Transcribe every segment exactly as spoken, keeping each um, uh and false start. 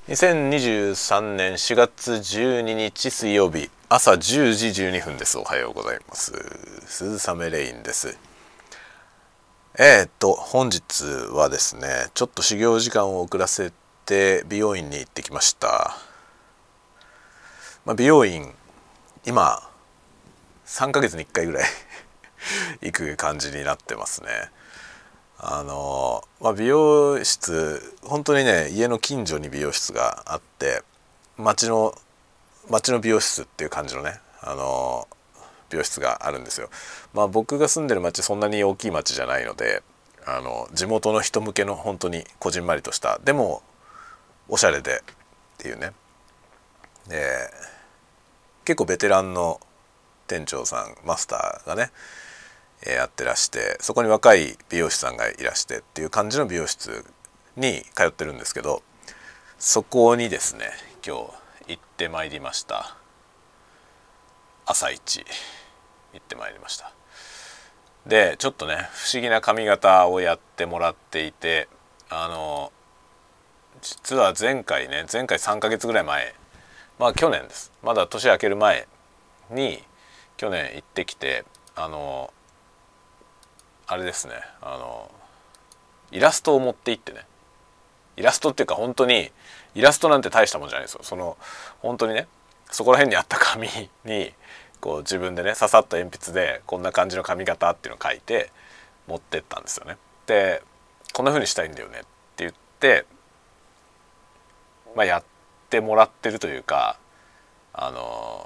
にせんにじゅうさんねんしがつじゅうににち水曜日朝じゅうじじゅうにふんです。おはようございます。鈴雨レインです。えー、っと本日はですね、ちょっと始業時間を遅らせて美容院に行ってきました。まあ、美容院今さんかげつにいっかいぐらい行く感じになってますね。あのまあ、美容室本当にね、家の近所に美容室があって、町の町の美容室っていう感じのね、あの美容室があるんですよ。まあ僕が住んでる町そんなに大きい町じゃないので、あの地元の人向けの本当にこじんまりとしたでもおしゃれでっていうね。で結構ベテランの店長さんマスターがねやってらして、そこに若い美容師さんがいらしてっていう感じの美容室に通ってるんですけど、そこにですね今日行ってまいりました。朝一行ってまいりました。でちょっとね不思議な髪型をやってもらっていて、あの実は前回ね前回さんかげつぐらい前、まあ去年です、まだ年明ける前に去年行ってきて、あのあれですね、あのイラストを持って行ってね、イラストっていうか本当にイラストなんて大したもんじゃないですよ。その本当にねそこら辺にあった紙にこう自分でねささっと鉛筆でこんな感じの髪型っていうのを書いて持ってったんですよね。でこんな風にしたいんだよねって言って、まあ、やってもらってるというか、あの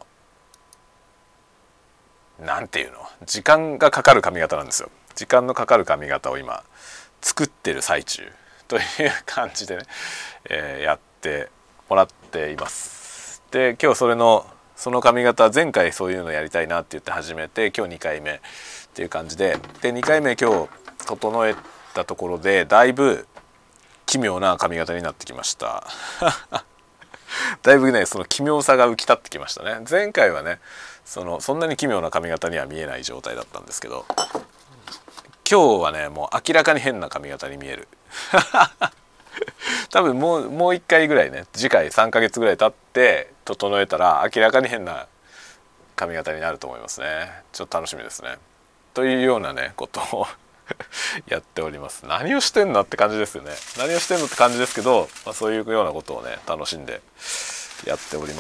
なんていうの時間がかかる髪型なんですよ。時間のかかる髪型を今作ってる最中という感じでね、えー、やってもらっています。で今日それのその髪型前回そういうのやりたいなって言って始めて、今日にかいめっていう感じで、でにかいめ今日整えたところでだいぶ奇妙な髪型になってきましただいぶねその奇妙さが浮き立ってきましたね。前回はねそのそんなに奇妙な髪型には見えない状態だったんですけど、今日はねもう明らかに変な髪型に見える多分もうもういっかいぐらいね、次回さんかげつぐらい経って整えたら明らかに変な髪型になると思いますね。ちょっと楽しみですね。というようなねことをやっております。何をしてんのって感じですよね。何をしてんのって感じですけど、まあ、そういうようなことをね楽しんでやっております。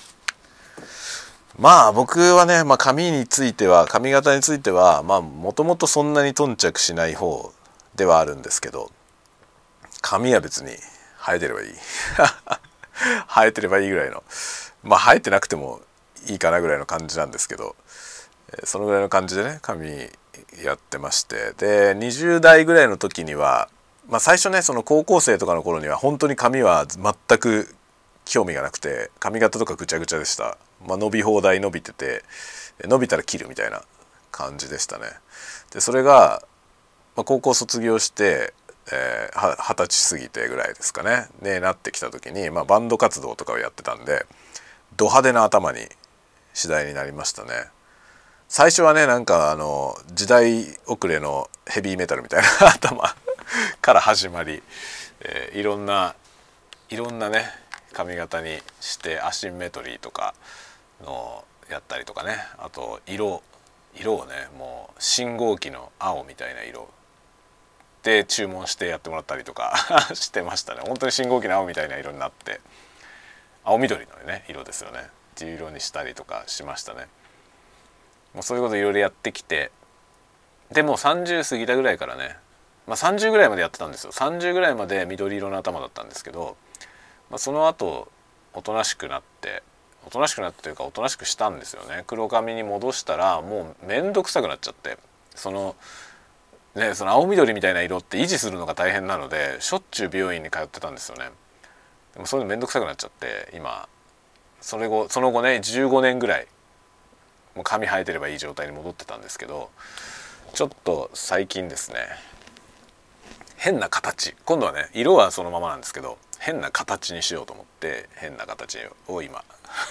まあ僕はね、まあ、髪については髪型についてはまあもともとそんなに頓着しない方ではあるんですけど、髪は別に生えてればいい生えてればいいぐらいの、まあ生えてなくてもいいかなぐらいの感じなんですけど、そのぐらいの感じでね髪やってまして、でにじゅう代ぐらいの時には、まあ、最初ねその高校生とかの頃には本当に髪は全く興味がなくて、髪型とかぐちゃぐちゃでした。まあ、伸び放題伸びてて、伸びたら切るみたいな感じでしたね。でそれが、まあ、高校卒業してえー、はたち過ぎてぐらいですかねねなってきた時に、まあ、バンド活動とかをやってたんでド派手な頭に次第になりましたね。最初はねなんかあの時代遅れのヘビーメタルみたいな頭から始まり、えー、いろんないろんなね髪型にしてアシンメトリーとかのやったりとかね、あと色色をねもう信号機の青みたいな色で注文してやってもらったりとかしてましたね。本当に信号機の青みたいな色になって、青緑のね色ですよねっていう色にしたりとかしましたね。もうそういうこといろいろやってきて、でもさんじゅう過ぎたぐらいからね、まあ、さんじゅうぐらいまでやってたんですよ。さんじゅうぐらいまで緑色の頭だったんですけど、まあ、その後おとなしくなっておとなしくなってというかおとなしくしたんですよね。黒髪に戻したらもうめんどくさくなっちゃって、そのね、その青緑みたいな色って維持するのが大変なのでしょっちゅう美容院に通ってたんですよね。でもそういうのめんどくさくなっちゃって、今それ後その後ねじゅうごねんぐらいもう髪生えてればいい状態に戻ってたんですけど、ちょっと最近ですね変な形、今度はね色はそのままなんですけど変な形にしようと思って変な形を今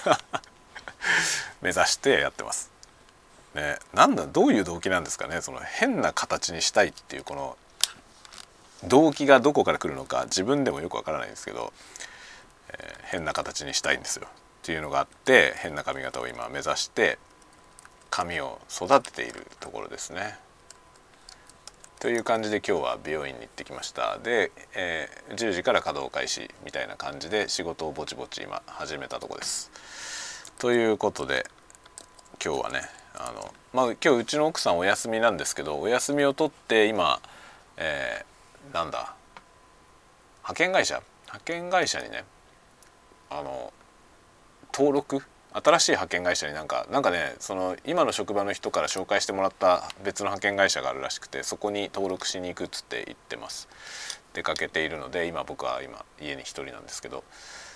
目指してやってますね。なんだどういう動機なんですかね、その変な形にしたいっていうこの動機がどこから来るのか自分でもよくわからないんですけど、 えー、変な形にしたいんですよっていうのがあって、変な髪型を今目指して髪を育てているところですね。という感じで今日は美容院に行ってきました。で、えー、じゅうじから稼働開始みたいな感じで仕事をぼちぼち今始めたとこです。ということで今日はね、あのまあ今日うちの奥さんお休みなんですけど、お休みを取って今、えー、なんだ派遣会社派遣会社にね、あの登録新しい派遣会社になんかなんかね、その今の職場の人から紹介してもらった別の派遣会社があるらしくて、そこに登録しに行くっつって言ってます。出かけているので今僕は今家に一人なんですけど、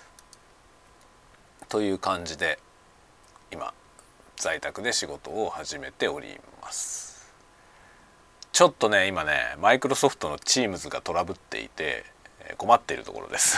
という感じで今在宅で仕事を始めております。ちょっとね今ねマイクロソフトの Teams がトラブっていて困っているところです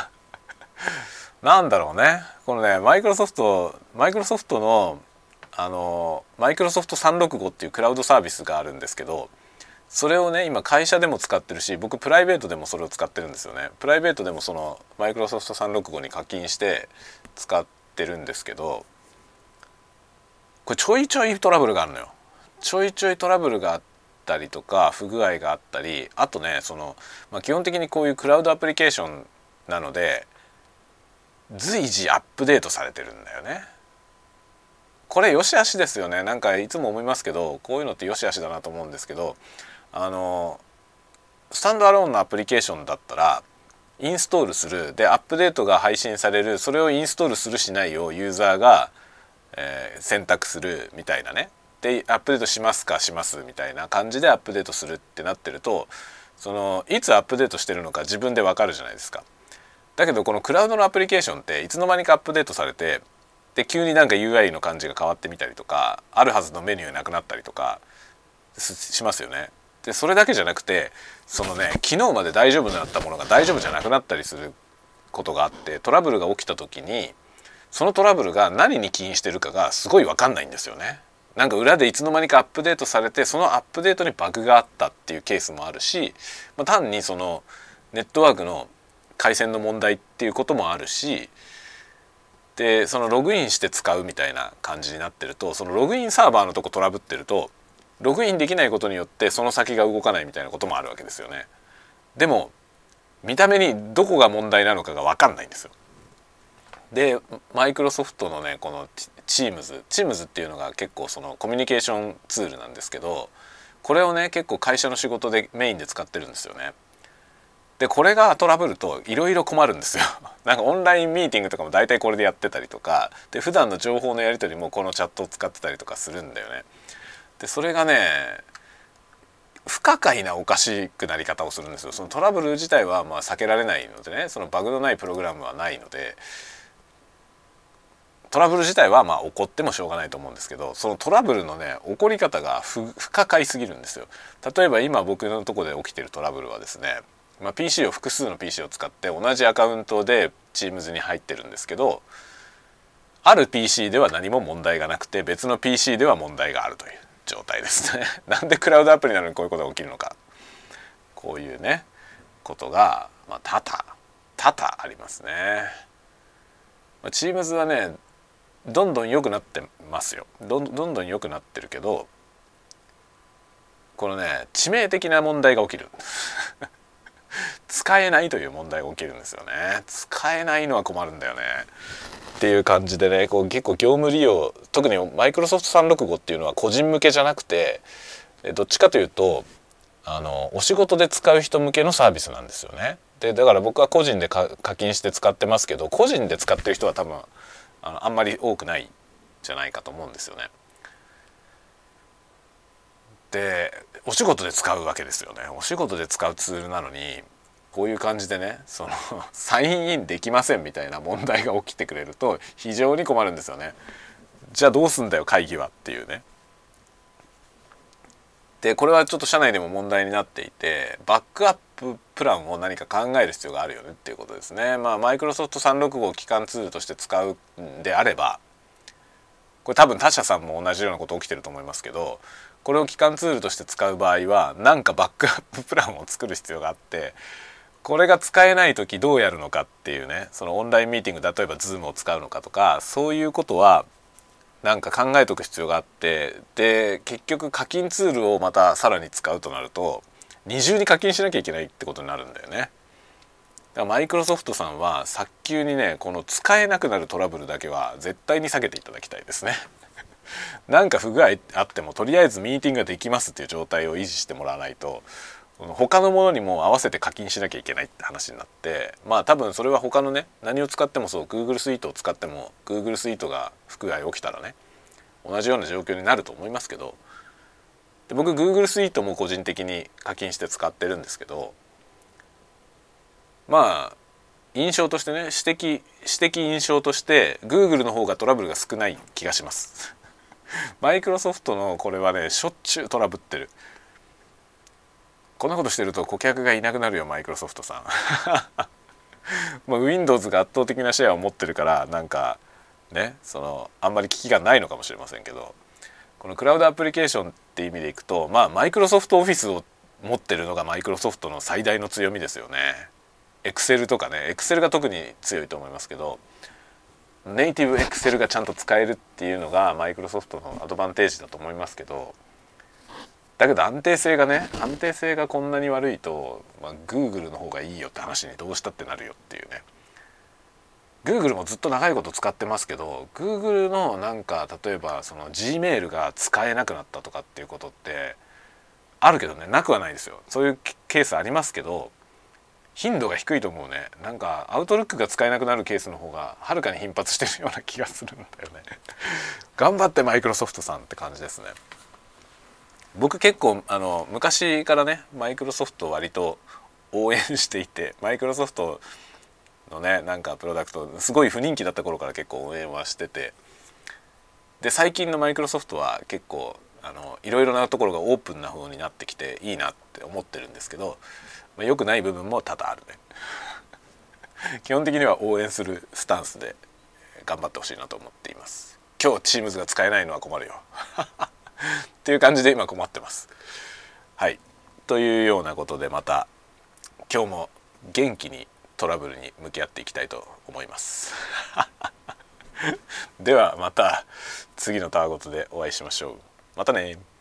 なんだろうね、このねマイクロソフトマイクロソフトのあのマイクロソフトさんろくごっていうクラウドサービスがあるんですけど、それをね今会社でも使ってるし、僕プライベートでもそれを使ってるんですよね。プライベートでもそのマイクロソフトさんろくごに課金して使ってるんですけど、これちょいちょいトラブルがあるのよ。ちょいちょいトラブルがあったりとか不具合があったり、あとねその、まあ、基本的にこういうクラウドアプリケーションなので随時アップデートされてるんだよね。これ良し悪しですよね。なんかいつも思いますけど、こういうのって良し悪しだなと思うんですけど、あのスタンドアローンのアプリケーションだったらインストールするでアップデートが配信される、それをインストールするしないをユーザーが、えー、選択するみたいなね。でアップデートしますかしますみたいな感じでアップデートするってなってると、そのいつアップデートしてるのか自分でわかるじゃないですか。だけどこのクラウドのアプリケーションっていつの間にかアップデートされて、で急になんか ユーアイ の感じが変わってみたりとか、あるはずのメニューなくなったりとかしますよね。でそれだけじゃなくて、そのね昨日まで大丈夫だったものが大丈夫じゃなくなったりすることがあって、トラブルが起きた時にそのトラブルが何に起因してるかがすごい分かんないんですよね。なんか裏でいつの間にかアップデートされて、そのアップデートにバグがあったっていうケースもあるし、まあ、単にそのネットワークの回線の問題っていうこともあるし、でそのログインして使うみたいな感じになってると、そのログインサーバーのとこトラブってるとログインできないことによってその先が動かないみたいなこともあるわけですよね。でも見た目にどこが問題なのかが分かんないんですよ。でマイクロソフトのねこの Teams Teams っていうのが結構そのコミュニケーションツールなんですけど、これをね結構会社の仕事でメインで使ってるんですよね。でこれがトラブるといろいろ困るんですよなんかオンラインミーティングとかも大体これでやってたりとかで、普段の情報のやり取りもこのチャットを使ってたりとかするんだよね。でそれがね不可解なおかしくなり方をするんですよ。そのトラブル自体はまあ避けられないのでね、そのバグのないプログラムはないので、トラブル自体はまあ起こってもしょうがないと思うんですけど、そのトラブルのね起こり方が不可解すぎるんですよ。例えば今僕のところで起きてるトラブルはですね、まあ、ピーシー を複数の ピーシー を使って同じアカウントで Teams に入ってるんですけど、ある ピーシー では何も問題がなくて別の ピーシー では問題があるという状態ですねなんでクラウドアプリなのにこういうことが起きるのか、こういうねことが、まあ、多々多々ありますね。まあ、Teams はねどんどん良くなってますよ。どんどんどん良くなってるけど、このね致命的な問題が起きる使えないという問題が起きるんですよね。使えないのは困るんだよねっていう感じでね、こう結構業務利用、特にマイクロソフトさんろくごっていうのは個人向けじゃなくて、どっちかというとあのお仕事で使う人向けのサービスなんですよね。でだから僕は個人で課金して使ってますけど、個人で使ってる人は多分あのあんまり多くないんじゃないかと思うんですよね。でお仕事で使うわけですよね。お仕事で使うツールなのにこういう感じでね、そのサインインできませんみたいな問題が起きてくれると非常に困るんですよね。じゃあどうすんだよ会議はっていうね。でこれはちょっと社内でも問題になっていて、バックアッププランを何か考える必要があるよねっていうことですね。まあマイクロソフトさんろくごを基幹ツールとして使うんであれば、これ多分他社さんも同じようなこと起きてると思いますけど、これを基幹ツールとして使う場合は何かバックアッププランを作る必要があって、 これが使えない時どうやるのかっていうね、そのオンラインミーティング、例えば Zoom を使うのかとか、そういうことはなんか考えておく必要があって、で結局課金ツールをまたさらに使うとなると二重に課金しなきゃいけないってことになるんだよね。だからマイクロソフトさんは早急にね、この使えなくなるトラブルだけは絶対に避けていただきたいですね。なんか不具合あってもとりあえずミーティングができますっていう状態を維持してもらわないと、他のものにも合わせて課金しなきゃいけないって話になって、まあ多分それは他のね、何を使ってもそう、 Google スイートを使っても Google スイートが不具合起きたらね、同じような状況になると思いますけど、で僕 Google スイートも個人的に課金して使ってるんですけど、まあ印象としてね、私的私的印象として Google の方がトラブルが少ない気がします。マイクロソフトのこれはね、しょっちゅうトラブってる。こんなことしてると顧客がいなくなるよ、マイクロソフトさん。まあ Windows が圧倒的なシェアを持ってるから、なんかね、そのあんまり危機がないのかもしれませんけど、このクラウドアプリケーションって意味でいくと、まあマイクロソフトオフィスを持ってるのがマイクロソフトの最大の強みですよね。エクセルとかね、エクセルが特に強いと思いますけど、ネイティブエクセルがちゃんと使えるっていうのがマイクロソフトのアドバンテージだと思いますけど、だけど安定性がね、安定性がこんなに悪いと、まあ、Google の方がいいよって話にどうしたってなるよっていうね。Google もずっと長いこと使ってますけど、 Google のなんか例えばその Gmail が使えなくなったとかっていうことってあるけどね、なくはないですよ。そういうケースありますけど、頻度が低いと思うね。なんか Outlook が使えなくなるケースの方がはるかに頻発してるような気がするんだよね。頑張ってマイクロソフトさんって感じですね。僕結構あの昔からね、マイクロソフトを割と応援していて、マイクロソフトのね、なんかプロダクトすごい不人気だった頃から結構応援はしてて、で最近のマイクロソフトは結構あのいろいろなところがオープンな方になってきていいなって思ってるんですけど、まあ、良くない部分も多々あるね。基本的には応援するスタンスで頑張ってほしいなと思っています。今日 Teams が使えないのは困るよっていう感じで今困ってます。はい、というようなことで、また今日も元気にトラブルに向き合っていきたいと思います。ではまた次のタワゴトでお会いしましょう。またね。